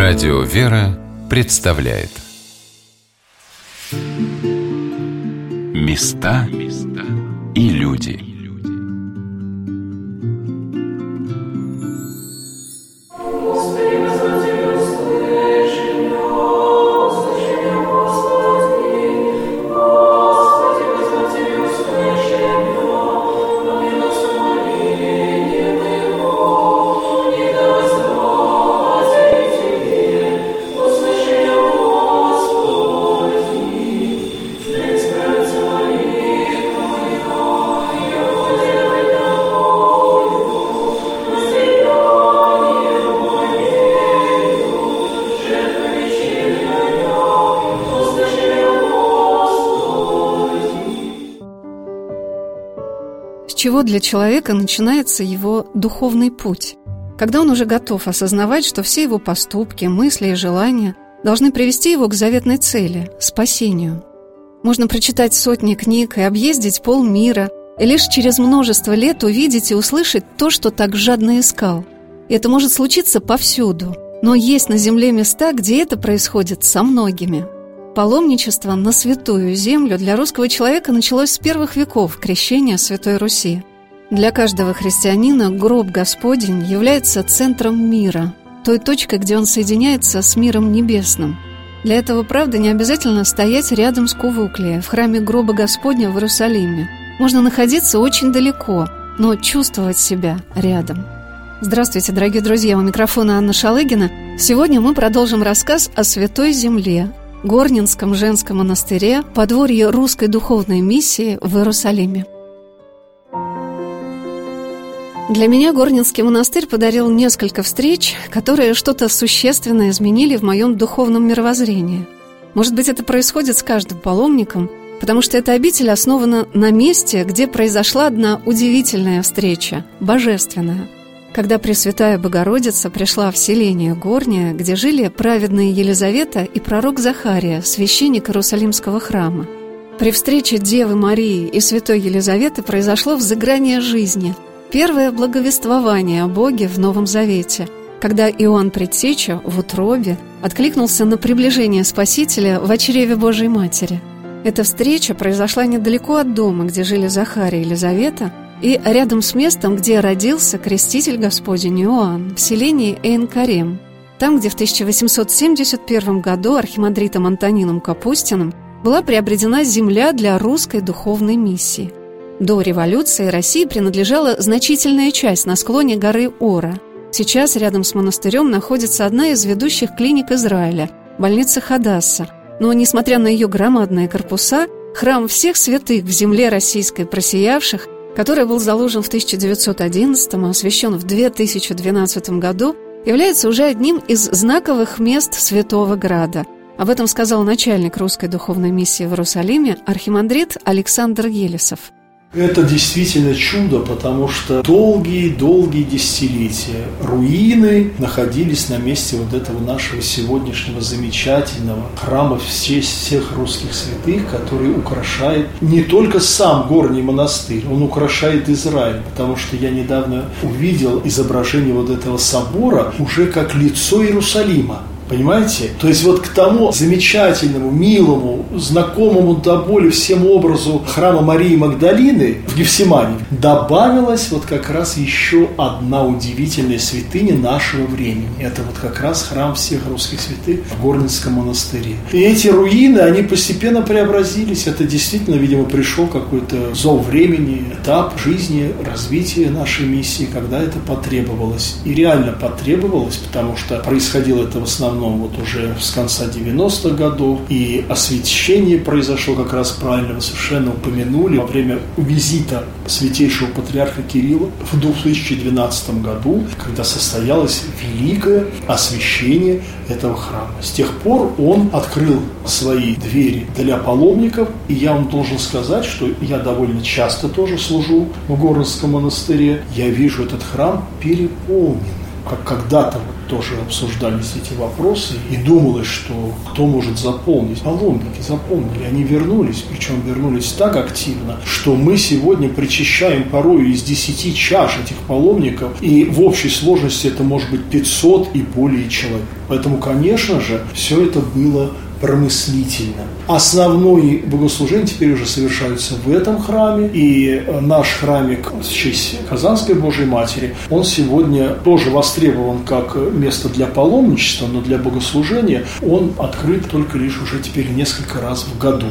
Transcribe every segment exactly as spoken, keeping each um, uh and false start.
Радио «Вера» представляет Места и люди. С чего для человека начинается его духовный путь? Когда он уже готов осознавать, что все его поступки, мысли и желания должны привести его к заветной цели – спасению. Можно прочитать сотни книг и объездить полмира, и лишь через множество лет увидеть и услышать то, что так жадно искал. И это может случиться повсюду, но есть на земле места, где это происходит со многими. Паломничество на Святую Землю для русского человека началось с первых веков крещения Святой Руси. Для каждого христианина гроб Господень является центром мира, той точкой, где он соединяется с миром небесным. Для этого, правда, не обязательно стоять рядом с Кувуклией, в храме гроба Господня в Иерусалиме. Можно находиться очень далеко, но чувствовать себя рядом. Здравствуйте, дорогие друзья, у микрофона Анна Шалыгина. Сегодня мы продолжим рассказ о Святой Земле, Горненском женском монастыре, подворье русской духовной миссии в Иерусалиме. Для меня Горненский монастырь подарил несколько встреч, которые что-то существенно изменили в моем духовном мировоззрении. Может быть, это происходит с каждым паломником, потому что эта обитель основана на месте, где произошла одна удивительная встреча, божественная. Когда Пресвятая Богородица пришла в селение Горнее, где жили праведная Елизавета и пророк Захария, священник Иерусалимского храма. При встрече Девы Марии и святой Елизаветы произошло взыграние жизни, первое благовествование о Боге в Новом Завете, когда Иоанн Предтеча в утробе откликнулся на приближение Спасителя в чреве Божией Матери. Эта встреча произошла недалеко от дома, где жили Захария и Елизавета, и рядом с местом, где родился креститель Господень Иоанн, в селении Эйн-Карем, там, где в тысяча восемьсот семьдесят первом году архимандритом Антонином Капустиным была приобретена земля для русской духовной миссии. До революции России принадлежала значительная часть на склоне горы Ора. Сейчас рядом с монастырем находится одна из ведущих клиник Израиля – больница Хадасса. Но, несмотря на ее громадные корпуса, храм всех святых в земле российской просиявших, который был заложен в тысяча девятьсот одиннадцатом, а освящен в две тысячи двенадцатом году, является уже одним из знаковых мест Святого Града. Об этом сказал начальник русской духовной миссии в Иерусалиме архимандрит Александр Елесов. Это действительно чудо, потому что долгие-долгие десятилетия руины находились на месте вот этого нашего сегодняшнего замечательного храма в честь всех русских святых, который украшает не только сам Горний монастырь, он украшает Израиль, потому что я недавно увидел изображение вот этого собора уже как лицо Иерусалима. Понимаете? То есть вот к тому замечательному, милому, знакомому до боли всем образу храма Марии Магдалины в Гефсимании добавилась вот как раз еще одна удивительная святыня нашего времени. Это вот как раз храм всех русских святых в Горненском монастыре. И эти руины, они постепенно преобразились. Это действительно, видимо, пришел какой-то зов времени, этап жизни, развития нашей миссии, когда это потребовалось. И реально потребовалось, потому что происходило это в основном вот уже с конца девяностых годов, и освящение произошло, как раз правильно вы совершенно упомянули, во время визита святейшего патриарха Кирилла в две тысячи двенадцатом году, когда состоялось великое освящение этого храма. С тех пор он открыл свои двери для паломников, и я вам должен сказать, что я довольно часто тоже служу в Горненском монастыре, я вижу этот храм переполнен. как когда-то вот тоже обсуждались эти вопросы, и думалось, что кто может заполнить. Паломники заполнили, они вернулись, причем вернулись так активно, что мы сегодня причащаем порой из десяти чаш этих паломников, и в общей сложности это может быть пятьсот и более человек. Поэтому, конечно же, все это было промыслительно. Основное богослужение теперь уже совершаются в этом храме, и наш храмик в честь Казанской Божией Матери, он сегодня тоже востребован как место для паломничества, но для богослужения он открыт только лишь уже теперь несколько раз в году.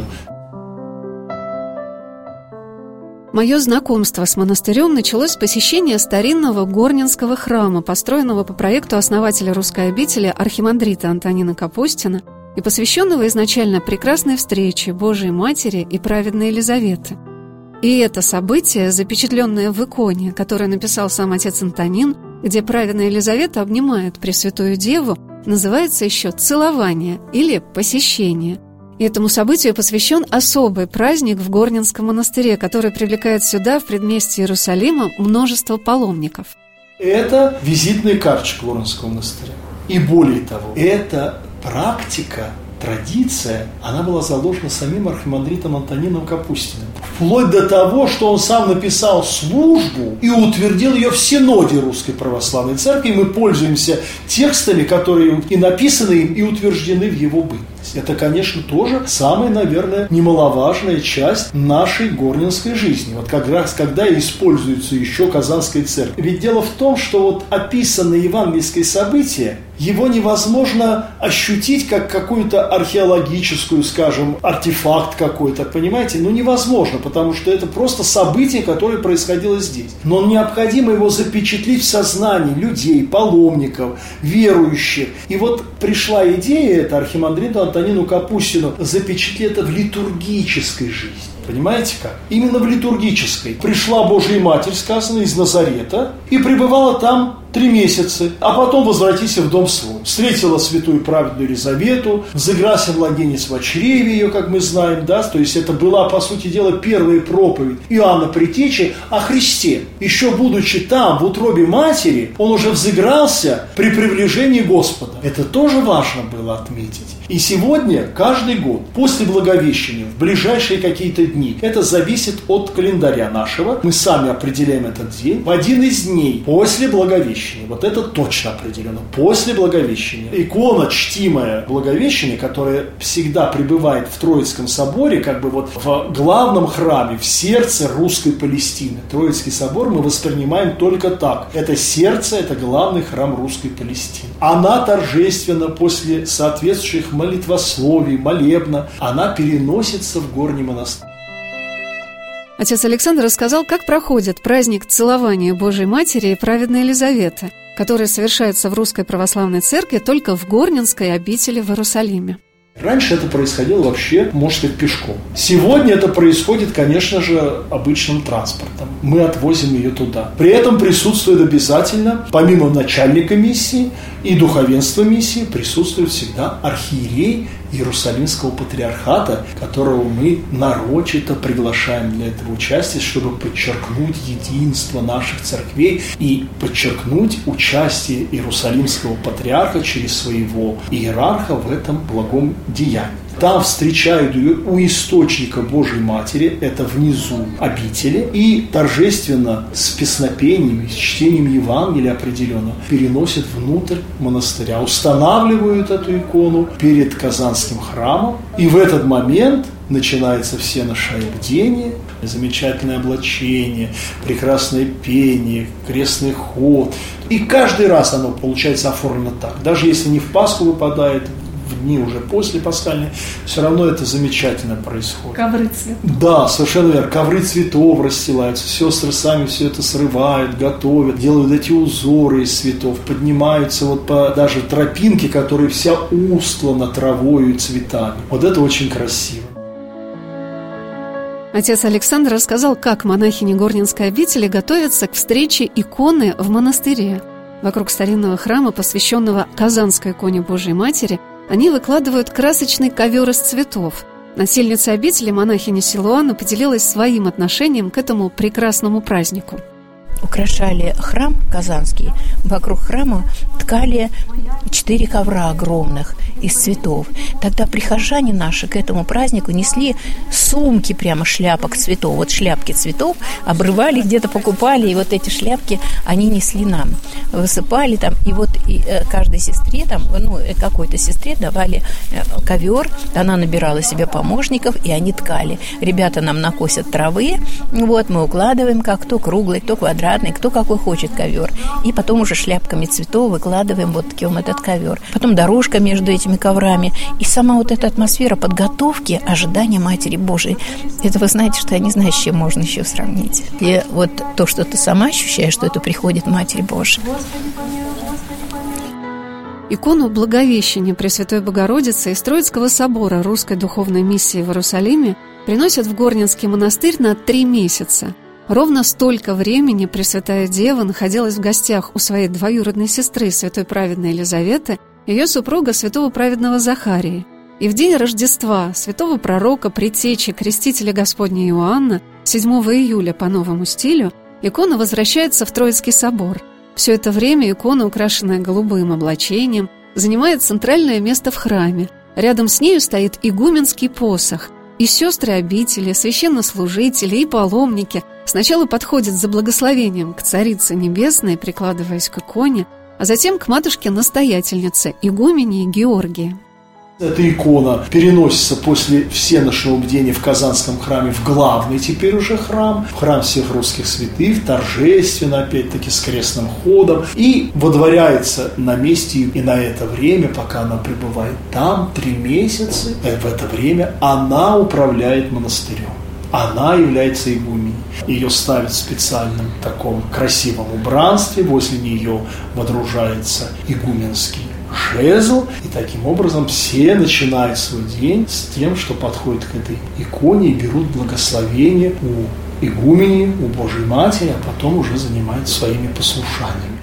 Мое знакомство с монастырем началось с посещения старинного Горненского храма, построенного по проекту основателя русской обители архимандрита Антонина Капустина и посвященного изначально прекрасной встрече Божией Матери и праведной Елизаветы. И это событие, запечатленное в иконе, которое написал сам отец Антонин, где праведная Елизавета обнимает Пресвятую Деву, называется еще «целование» или «посещение». И этому событию посвящен особый праздник в Горненском монастыре, который привлекает сюда, в предместье Иерусалима, множество паломников. Это визитная карточка Горненского монастыря. И более того, это практика, традиция, она была заложена самим архимандритом Антонином Капустиным. Вплоть до того, что он сам написал службу и утвердил ее в Синоде Русской Православной Церкви. И мы пользуемся текстами, которые и написаны им, и утверждены в его бытность. Это, конечно, тоже самая, наверное, немаловажная часть нашей горненской жизни. Вот как раз, когда используется еще Казанская Церковь. Ведь дело в том, что вот описанное евангельское событие, его невозможно ощутить как какую-то археологическую, скажем, артефакт какой-то, понимаете? Ну, невозможно, потому что это просто событие, которое происходило здесь. Но необходимо его запечатлеть в сознании людей, паломников, верующих. И вот пришла идея, это архимандриту Антонину Капустину, запечатлеть это в литургической жизни. Понимаете как? Именно в литургической. Пришла Божья Матерь, сказано, из Назарета, и пребывала там три месяца, а потом возвратись в дом свой. Встретила святую праведную Елизавету, взыгрался младенец в чреве ее, как мы знаем, да, то есть это была, по сути дела, первая проповедь Иоанна Предтечи о Христе. Еще будучи там, в утробе матери, он уже взыгрался при приближении Господа. Это тоже важно было отметить. И сегодня, каждый год, после Благовещения, в ближайшие какие-то дни, это зависит от календаря нашего, мы сами определяем этот день, в один из дней после Благовещения. Вот это точно определено. После Благовещения. Икона, чтимая Благовещение, которая всегда пребывает в Троицком соборе, как бы вот в главном храме, в сердце русской Палестины. Троицкий собор мы воспринимаем только так. Это сердце, это главный храм русской Палестины. Она торжественно после соответствующих молитвословий, молебна, она переносится в горний монастырь. Отец Александр рассказал, как проходит праздник целования Божией Матери и праведной Елизаветы, который совершается в Русской Православной Церкви только в Горненской обители в Иерусалиме. Раньше это происходило вообще, можно сказать, пешком. Сегодня это происходит, конечно же, обычным транспортом. Мы отвозим ее туда. При этом присутствует обязательно, помимо начальника миссии и духовенства миссии, присутствует всегда архиерей Иерусалимского патриархата, которого мы нарочито приглашаем для этого участия, чтобы подчеркнуть единство наших церквей и подчеркнуть участие Иерусалимского патриарха через своего иерарха в этом благом деянии. Там встречают ее у источника Божьей Матери, это внизу обители, и торжественно с песнопениями, с чтением Евангелия определенно переносят внутрь монастыря, устанавливают эту икону перед Казанским храмом, и в этот момент начинается всеношее бдение, замечательное облачение, прекрасное пение, крестный ход. И каждый раз оно получается оформлено так. Даже если не в Пасху выпадает, в дни уже после пасхальной, все равно это замечательно происходит. Ковры цветов. Да, совершенно верно. Ковры цветов расстилаются, сестры сами все это срывают, готовят, делают эти узоры из цветов, поднимаются вот по даже тропинке, которая вся устлана травою и цветами. Вот это очень красиво. Отец Александр рассказал, как монахини Горненской обители готовятся к встрече иконы в монастыре. Вокруг старинного храма, посвященного Казанской иконе Божией Матери, они выкладывают красочный ковер из цветов. Насельница обители, монахиня Силуана, поделилась своим отношением к этому прекрасному празднику. украшали храм казанский, вокруг храма ткали четыре ковра огромных из цветов. Тогда прихожане наши к этому празднику несли сумки прямо шляпок цветов. Вот шляпки цветов обрывали, где-то покупали, и вот эти шляпки они несли нам. Высыпали там, и вот и, э, каждой сестре, там, ну, какой-то сестре давали э, ковер, она набирала себе помощников, и они ткали. Ребята нам накосят травы, вот, мы укладываем как кто круглый, кто квадратный, кто какой хочет ковер. И потом уже шляпками цветов выкладываем вот таким этот ковер. Потом дорожка между этими коврами. И сама вот эта атмосфера подготовки, ожидания Матери Божией, это вы знаете, что я не знаю, с чем можно еще сравнить. И вот то, что ты сама ощущаешь, что это приходит Матерь Божия. Икону Благовещения Пресвятой Богородицы из Троицкого собора Русской Духовной Миссии в Иерусалиме приносят в Горненский монастырь на три месяца. Ровно столько времени Пресвятая Дева находилась в гостях у своей двоюродной сестры, святой праведной Елизаветы, ее супруга святого праведного Захарии. И в день Рождества святого пророка, предтечи, крестителя Господня Иоанна, седьмого июля по новому стилю, икона возвращается в Троицкий собор. Все это время икона, украшенная голубым облачением, занимает центральное место в храме. Рядом с нею стоит игуменский посох. И сестры обители, священнослужители и паломники сначала подходят за благословением к Царице Небесной, прикладываясь к иконе, а затем к матушке-настоятельнице, игумене Георгии. Эта икона переносится после всеношного бдения в Казанском храме в главный теперь уже храм, в храм всех русских святых, торжественно, опять-таки, с крестным ходом, и водворяется на месте, и на это время, пока она пребывает там, три месяца, в это время она управляет монастырем. Она является игуменей. Ее ставят в специальном таком красивом убранстве, возле нее водружается игуменский жезл, и таким образом все начинают свой день с тем, что подходят к этой иконе и берут благословение у игумени, у Божьей Матери, а потом уже занимаются своими послушаниями.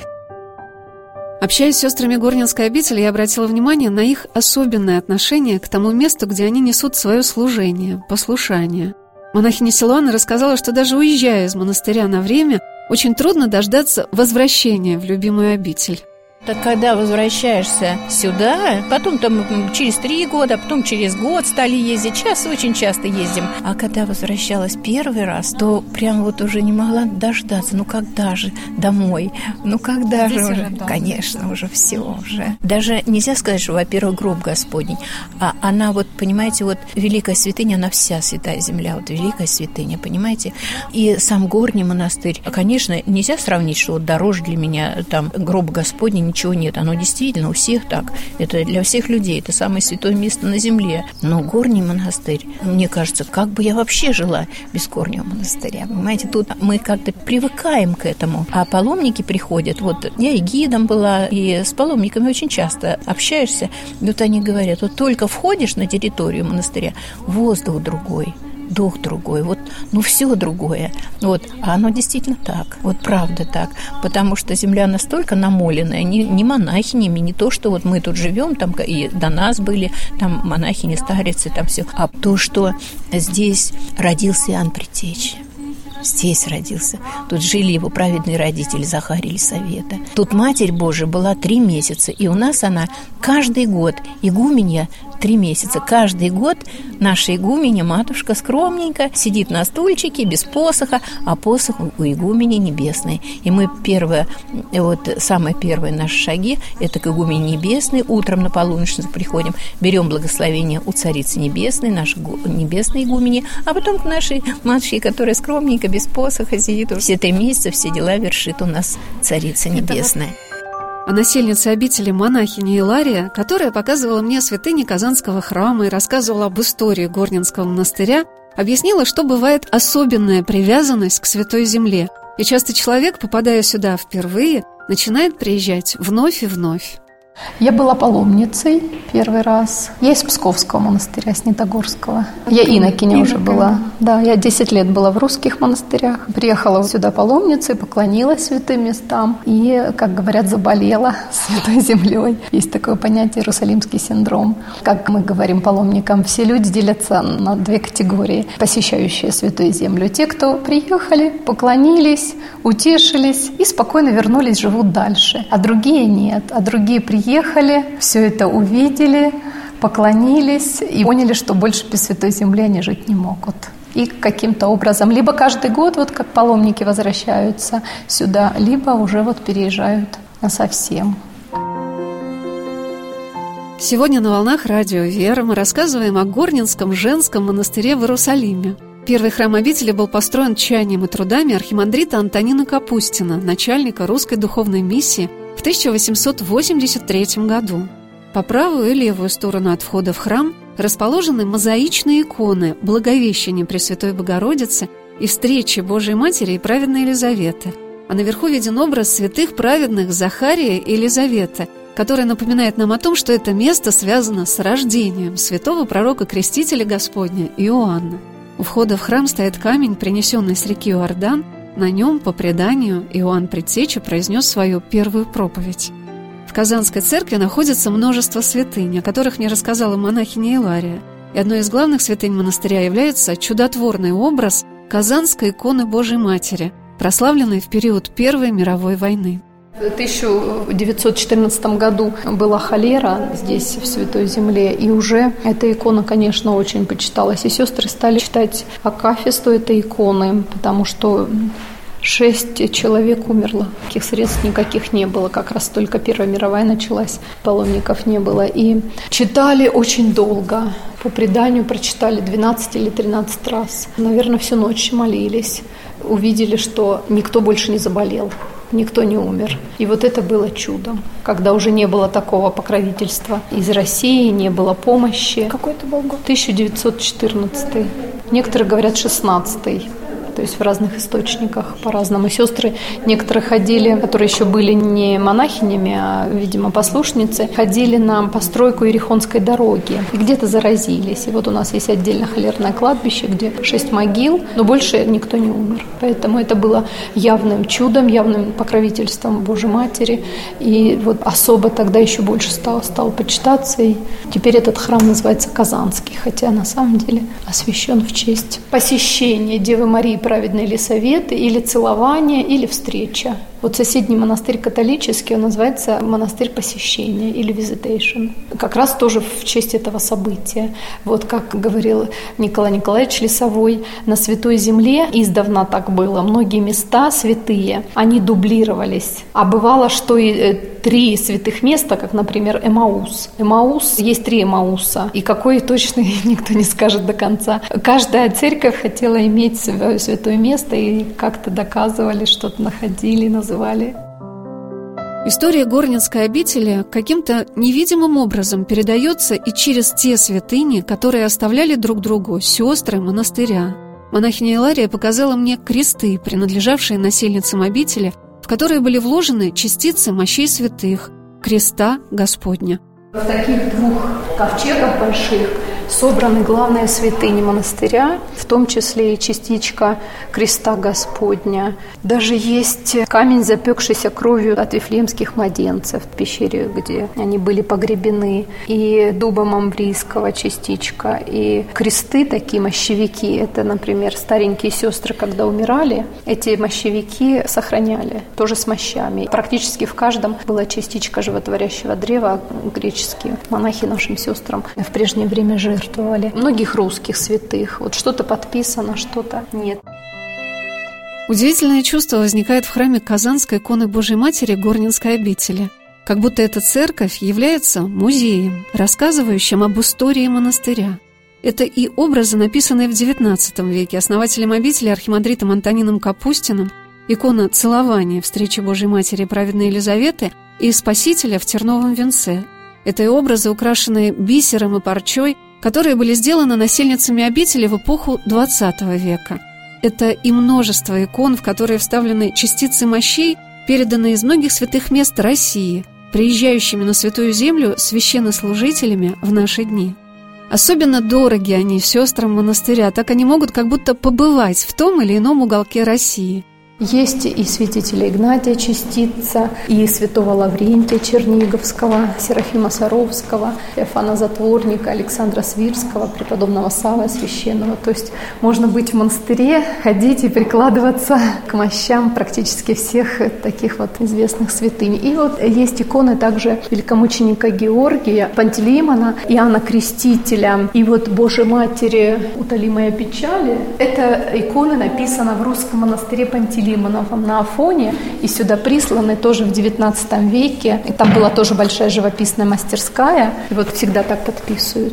Общаясь с сестрами Горненской обители, я обратила внимание на их особенное отношение к тому месту, где они несут свое служение, послушание. Монахиня Силуана рассказала, что даже уезжая из монастыря на время, очень трудно дождаться возвращения в любимую обитель. Так когда возвращаешься сюда, потом там через три года, потом через год стали ездить, сейчас очень часто ездим. А когда возвращалась первый раз, то прям вот уже не могла дождаться. Ну когда же домой? Ну когда Здесь же уже? Дома. Конечно, уже все уже. Даже нельзя сказать, что, во-первых, гроб Господень, а она вот, понимаете, вот великая святыня, она вся святая земля, вот великая святыня, понимаете? И сам Горний монастырь, конечно, нельзя сравнить, что вот дороже для меня там гроб Господень, ничего нет. Оно действительно у всех так. Это для всех людей. Это самое святое место на земле. Но Горний монастырь, мне кажется, как бы я вообще жила без Горнего монастыря. Понимаете, тут мы как-то привыкаем к этому. А паломники приходят. Вот я и гидом была, и с паломниками очень часто общаешься. И вот они говорят, вот только входишь на территорию монастыря, воздух другой, дух другой, вот, ну, все другое. Вот, а оно действительно так, вот правда так, потому что земля настолько намоленная, не, не монахинями, не то, что вот мы тут живем, там и до нас были там монахини, старицы, там все, а то, что здесь родился Иоанн Предтеча. Здесь родился. Тут жили его праведные родители Захария и Елизавета. Тут Матерь Божия была три месяца, и у нас она каждый год, игуменья, три месяца. Каждый год наша игуменья, матушка, скромненько сидит на стульчике, без посоха, а посох у игумени небесной. И мы первые, вот самые первые наши шаги, это к игумени небесной, утром на полуночницу приходим, берем благословение у Царицы Небесной, нашей небесной игумени, а потом к нашей матушке, которая скромненько, без посоха сидит. Все три месяца все дела вершит у нас Царица Небесная. А насельница обители монахиня Илария, которая показывала мне святыни Казанского храма и рассказывала об истории Горненского монастыря, объяснила, что бывает особенная привязанность к Святой Земле. И часто человек, попадая сюда впервые, начинает приезжать вновь и вновь. Я была паломницей первый раз. Я из Псковского монастыря, Снитогорского. Я инокиня уже была. Да, я десять лет была в русских монастырях. Приехала сюда паломницей, поклонилась святым местам и, как говорят, заболела святой землей. Есть такое понятие «Иерусалимский синдром». Как мы говорим паломникам, все люди делятся на две категории, посещающие святую землю. Те, кто приехали, поклонились, утешились и спокойно вернулись, живут дальше. А другие нет. А другие приехали, Приехали, все это увидели, поклонились и поняли, что больше без Святой Земли они жить не могут. И каким-то образом либо каждый год, вот как паломники возвращаются сюда, либо уже вот переезжают насовсем. Сегодня на «Волнах радио Вера» мы рассказываем о Горненском женском монастыре в Иерусалиме. Первый храм обители был построен чаянием и трудами архимандрита Антонина Капустина, начальника русской духовной миссии, в тысяча восемьсот восемьдесят третьем году. По правую и левую сторону от входа в храм расположены мозаичные иконы Благовещения Пресвятой Богородицы и встречи Божией Матери и праведной Елизаветы, а наверху виден образ святых праведных Захария и Елизаветы, который напоминает нам о том, что это место связано с рождением святого пророка-крестителя Господня Иоанна. У входа в храм стоит камень, принесенный с реки Иордан. На нем, по преданию, Иоанн Предтеча произнес свою первую проповедь. В Казанской церкви находится множество святынь, о которых мне рассказала монахиня Илария. И одной из главных святынь монастыря является чудотворный образ Казанской иконы Божией Матери, прославленной в период Первой мировой войны. В тысяча девятьсот четырнадцатом году была холера здесь, в Святой Земле, и уже эта икона, конечно, очень почиталась. И сестры стали читать акафисту этой иконы, потому что шесть человек умерло, таких средств никаких не было, как раз только Первая мировая началась, паломников не было. И читали очень долго, по преданию прочитали двенадцать или тринадцать раз. Наверное, всю ночь молились, увидели, что никто больше не заболел. Никто не умер. И вот это было чудом, когда уже не было такого покровительства из России, не было помощи. Какой это был год? тысяча девятьсот четырнадцатый. Некоторые говорят шестнадцатый. То есть в разных источниках по-разному. Сестры некоторые ходили, которые еще были не монахинями, а, видимо, послушницы, ходили на постройку Иерихонской дороги и где-то заразились. И вот у нас есть отдельно холерное кладбище, где шесть могил, но больше никто не умер. Поэтому это было явным чудом, явным покровительством Божьей Матери. И вот особо тогда еще больше стал, стал почитаться. И теперь этот храм называется Казанский, хотя на самом деле освящен в честь посещения Девы Марии праведной Елисаветы, или целование, или встреча. Вот соседний монастырь католический, он называется монастырь посещения или visitation. Как раз тоже в честь этого события. Вот как говорил Николай Николаевич Лесовой, на Святой Земле издавна так было. Многие места святые, они дублировались. А бывало, что и три святых места, как, например, Эмаус. Эмаус, есть три Эмауса, и какой точно никто не скажет до конца. Каждая церковь хотела иметь свое святое место, и как-то доказывали, что-то находили, называли. История Горненской обители каким-то невидимым образом передается и через те святыни, которые оставляли друг другу сестры монастыря. Монахиня Илария показала мне кресты, принадлежавшие насельницам обители, в которые были вложены частицы мощей святых, креста Господня. В таких двух ковчегах больших собраны главные святыни монастыря, в том числе и частичка креста Господня. Даже есть камень, запекшийся кровью от вифлеемских младенцев в пещере, где они были погребены, и дуба мамврийского частичка, и кресты, такие мощевики. Это, например, старенькие сестры, когда умирали, эти мощевики сохраняли, тоже с мощами. Практически в каждом была частичка животворящего древа. Греческие монахи нашим сестрам в прежнее время жертвовали. Многих русских святых. Вот что-то подписано, что-то нет. Удивительное чувство возникает в храме Казанской иконы Божией Матери Горненской обители. Как будто эта церковь является музеем, рассказывающим об истории монастыря. Это и образы, написанные в девятнадцатом веке основателем обители архимандритом Антонином Капустиным, икона целования встречи Божией Матери и праведной Елизаветы и Спасителя в терновом венце. Это и образы, украшенные бисером и парчой, которые были сделаны насельницами обители в эпоху двадцатого века. Это и множество икон, в которые вставлены частицы мощей, переданные из многих святых мест России, приезжающими на Святую Землю священнослужителями в наши дни. Особенно дороги они сестрам монастыря, так они могут как будто побывать в том или ином уголке России. Есть и святителя Игнатия Частица, и святого Лаврентия Черниговского, Серафима Саровского, Феофана Затворника, Александра Свирского, преподобного Саввы Священного. То есть можно быть в монастыре, ходить и прикладываться к мощам практически всех таких вот известных святынь. И вот есть иконы также великомученика Георгия, Пантелеймона, Иоанна Крестителя и вот Божьей Матери «Утоли печали». Эта икона написана в русском монастыре Пантелеймона на Афоне, и сюда присланы тоже в девятнадцатом веке. И там была тоже большая живописная мастерская, и вот всегда так подписывают.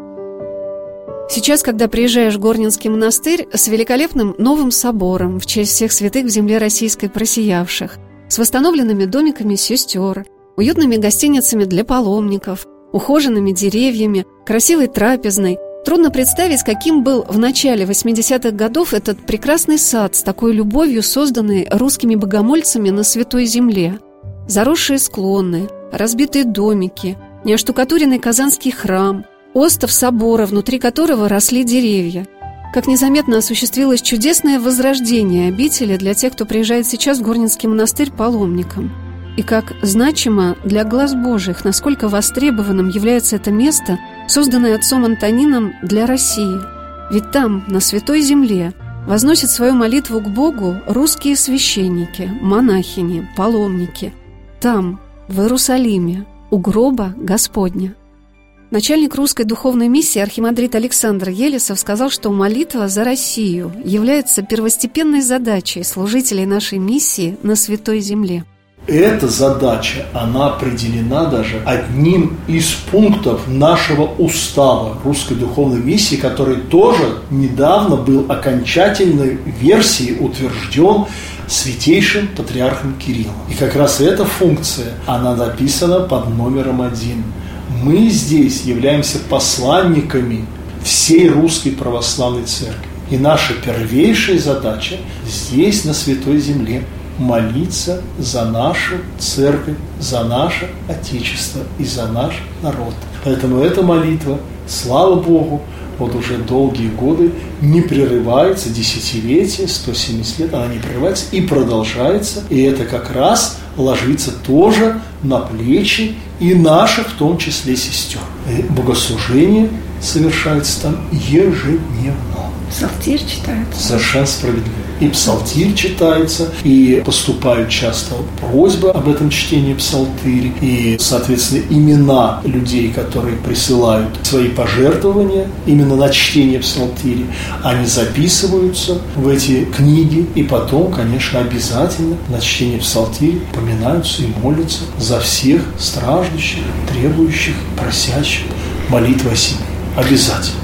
Сейчас, когда приезжаешь в Горненский монастырь с великолепным новым собором в честь всех святых в земле российской просиявших, с восстановленными домиками сестер, уютными гостиницами для паломников, ухоженными деревьями, красивой трапезной, трудно представить, каким был в начале восьмидесятых годов этот прекрасный сад с такой любовью, созданный русскими богомольцами на Святой Земле. Заросшие склоны, разбитые домики, неоштукатуренный Казанский храм, остов собора, внутри которого росли деревья. Как незаметно осуществилось чудесное возрождение обители для тех, кто приезжает сейчас в Горненский монастырь паломникам. И как значимо для глаз Божьих, насколько востребованным является это место, созданное отцом Антонином для России. Ведь там, на Святой Земле, возносят свою молитву к Богу русские священники, монахини, паломники. Там, в Иерусалиме, у гроба Господня. Начальник русской духовной миссии архимандрит Александр Елесов сказал, что молитва за Россию является первостепенной задачей служителей нашей миссии на Святой Земле. Эта задача, она определена даже одним из пунктов нашего устава русской духовной миссии, который тоже недавно был окончательной версией утвержден святейшим патриархом Кириллом. И как раз эта функция, она написана под номером один. Мы здесь являемся посланниками всей русской православной церкви. И наша первейшая задача здесь, на Святой Земле, молиться за нашу церковь, за наше Отечество и за наш народ. Поэтому эта молитва, слава Богу, вот уже долгие годы не прерывается, десятилетия, сто семьдесят лет, она не прерывается и продолжается. И это как раз ложится тоже на плечи и наших, в том числе, сестер. И богослужение совершается там ежедневно. Псалтирь читается. Совершенно справедливо. И псалтирь читается, и поступают часто просьбы об этом чтении псалтири, и, соответственно, имена людей, которые присылают свои пожертвования именно на чтение псалтири, они записываются в эти книги, и потом, конечно, обязательно на чтение псалтири поминаются и молятся за всех страждущих, требующих, просящих молитвы о себе. Обязательно.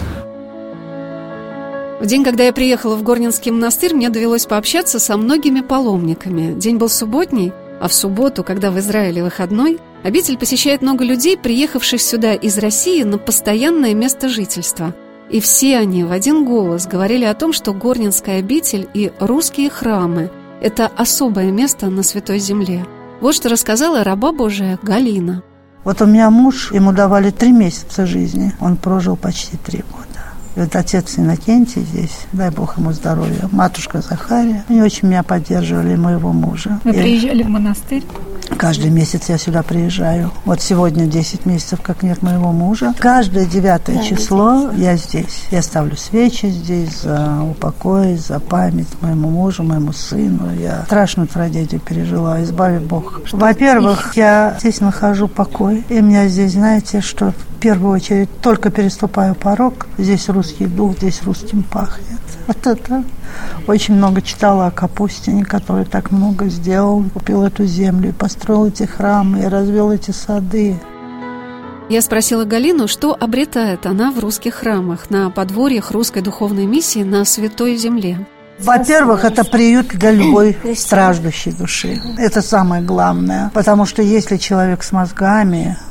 В день, когда я приехала в Горненский монастырь, мне довелось пообщаться со многими паломниками. День был субботний, а в субботу, когда в Израиле выходной, обитель посещает много людей, приехавших сюда из России на постоянное место жительства. И все они в один голос говорили о том, что Горненская обитель и русские храмы – это особое место на Святой Земле. Вот что рассказала раба Божия Галина. Вот у меня муж, ему давали три месяца жизни, он прожил почти три года. И вот отец Иннокентий здесь, дай Бог ему здоровья, матушка Захария, они очень меня поддерживали, моего мужа. Вы и приезжали в монастырь? Каждый месяц я сюда приезжаю. Вот сегодня десять месяцев, как нет моего мужа. Каждое девятое да, число я здесь. Я ставлю свечи здесь за упокой, за память моему мужу, моему сыну. Я страшную трагедию пережила, избави Бог. Во-первых, я здесь нахожу покой. И меня здесь, знаете, что в первую очередь только переступаю порог. Здесь русский дух, здесь русским пахнет. Вот это. Очень много читала о Капустине, который так много сделал. Купил эту землю, и построил эти храмы, и развел эти сады. Я спросила Галину, что обретает она в русских храмах, на подворьях русской духовной миссии на Святой Земле. Во-первых, это приют для любой страждущей души. Это самое главное. Потому что если человек с мозгами,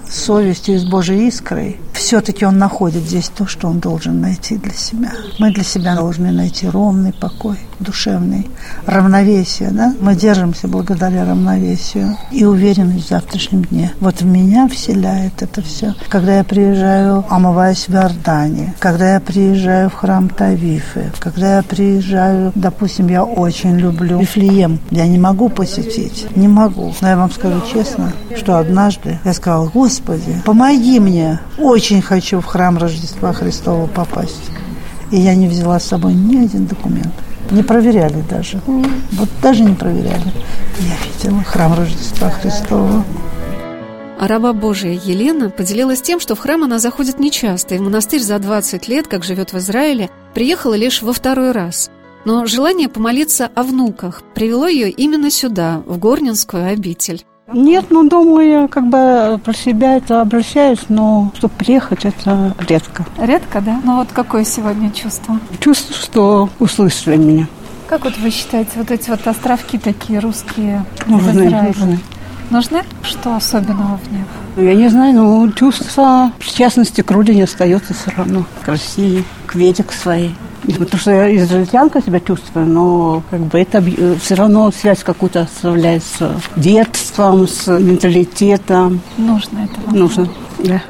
совестью и с Божьей искрой, все-таки он находит здесь то, что он должен найти для себя. Мы для себя должны найти ровный покой, душевный, равновесие. Да? Мы держимся благодаря равновесию и уверенность в завтрашнем дне. Вот в меня вселяет это все. Когда я приезжаю, омываюсь в Иордании, когда я приезжаю в храм Тавифы, когда я приезжаю, допустим, я очень люблю Вифлеем. Я не могу посетить, не могу. Но я вам скажу честно, что однажды я сказала: Господи, помоги мне, очень хочу в храм Рождества Христова попасть. И я не взяла с собой ни один документ. Не проверяли даже. Вот даже не проверяли. Я видела храм Рождества Христова. А раба Божия Елена поделилась тем, что в храм она заходит нечасто, и в монастырь за двадцать лет, как живет в Израиле, приехала лишь во второй раз. Но желание помолиться о внуках привело ее именно сюда, в Горненскую обитель. Нет, ну, думаю, я как бы про себя это обращаюсь, но чтобы приехать, это редко. Редко, да? Ну вот какое сегодня чувство? Чувство, что услышали меня. Как вот вы считаете, вот эти вот островки такие русские Нужны, в Израиле? нужны. Нужны? Что особенного в них? Я не знаю, но чувство причастности к родине остается все равно, к России, к вере, к своей. Потому что я израильтянка себя чувствую, но как бы это все равно связь какую-то оставляет с детством, с менталитетом. Нужно это вам? Нужно, да.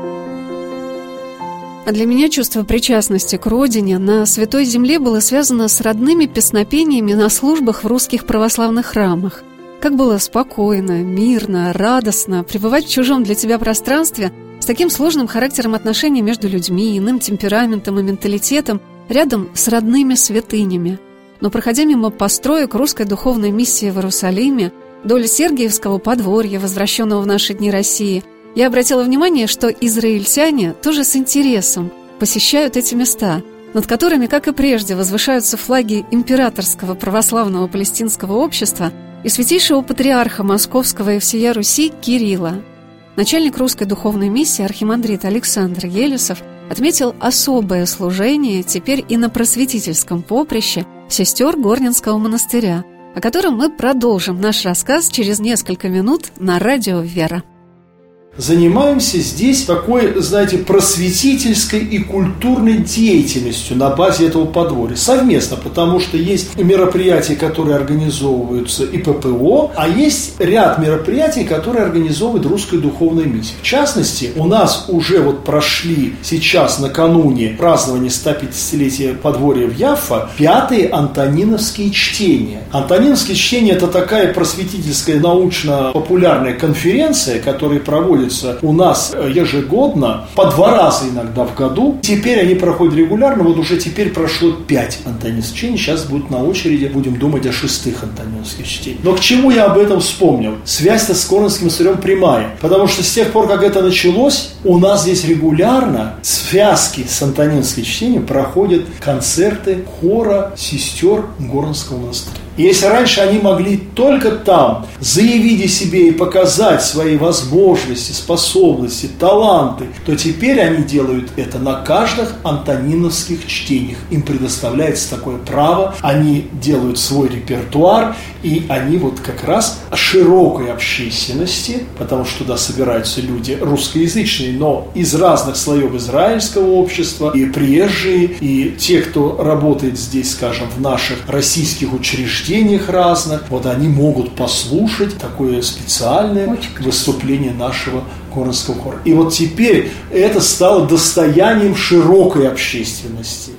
А для меня чувство причастности к родине на Святой Земле было связано с родными песнопениями на службах в русских православных храмах. Как было спокойно, мирно, радостно пребывать в чужом для тебя пространстве с таким сложным характером отношений между людьми, иным темпераментом и менталитетом, рядом с родными святынями. Но проходя мимо построек русской духовной миссии в Иерусалиме, вдоль Сергиевского подворья, возвращенного в наши дни России, я обратила внимание, что израильтяне тоже с интересом посещают эти места, над которыми, как и прежде, возвышаются флаги императорского православного палестинского общества и святейшего патриарха Московского и всея Руси Кирилла. Начальник русской духовной миссии архимандрит Александр Елесов отметил особое служение теперь и на просветительском поприще сестер Горненского монастыря, о котором мы продолжим наш рассказ через несколько минут на радио «Вера». Занимаемся здесь такой, знаете, просветительской и культурной деятельностью на базе этого подворья. Совместно, потому что есть мероприятия, которые организовываются и ППО, а есть ряд мероприятий, которые организовывает Русская Духовная Миссия. В частности, у нас уже вот прошли сейчас накануне празднования сто пятидесятилетия подворья в Яффа пятые антониновские чтения. Антониновские чтения – это такая просветительская научно-популярная конференция, которая проводится у нас ежегодно, по два раза иногда в году. Теперь они проходят регулярно, вот уже теперь прошло пять антониновских чтений, сейчас будет на очереди, будем думать о шестых антониновских чтениях. Но к чему я об этом вспомнил? Связь-то с Горненским монастырем прямая, потому что с тех пор, как это началось, у нас здесь регулярно связки с антониновским чтением проходят концерты хора сестер Горненского монастыря. Если раньше они могли только там заявить о себе и показать свои возможности, способности, таланты, то теперь они делают это на каждых антониновских чтениях. Им предоставляется такое право, они делают свой репертуар, и они вот как раз широкой общественности, потому что туда собираются люди русскоязычные, но из разных слоев израильского общества, и приезжие, и те, кто работает здесь, скажем, в наших российских учреждениях, разных, вот они могут послушать такое специальное выступление нашего Горненского хора. И вот теперь это стало достоянием широкой общественности.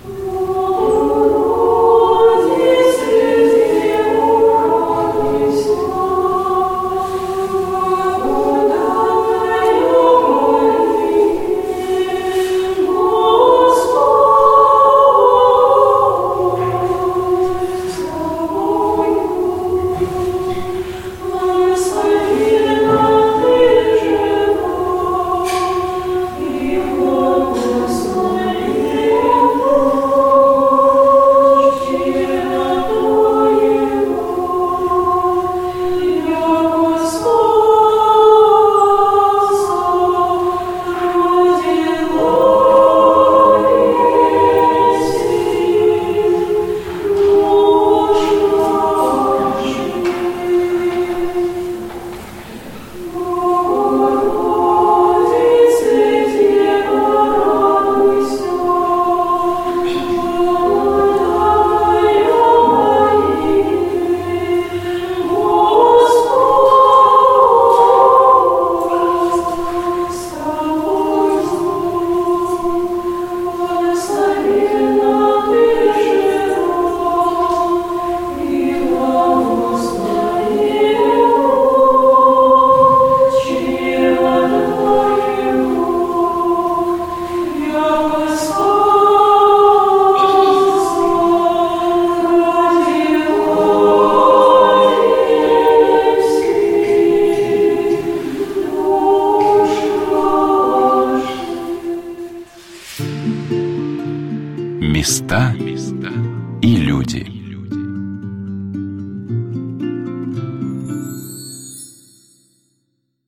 Места и люди.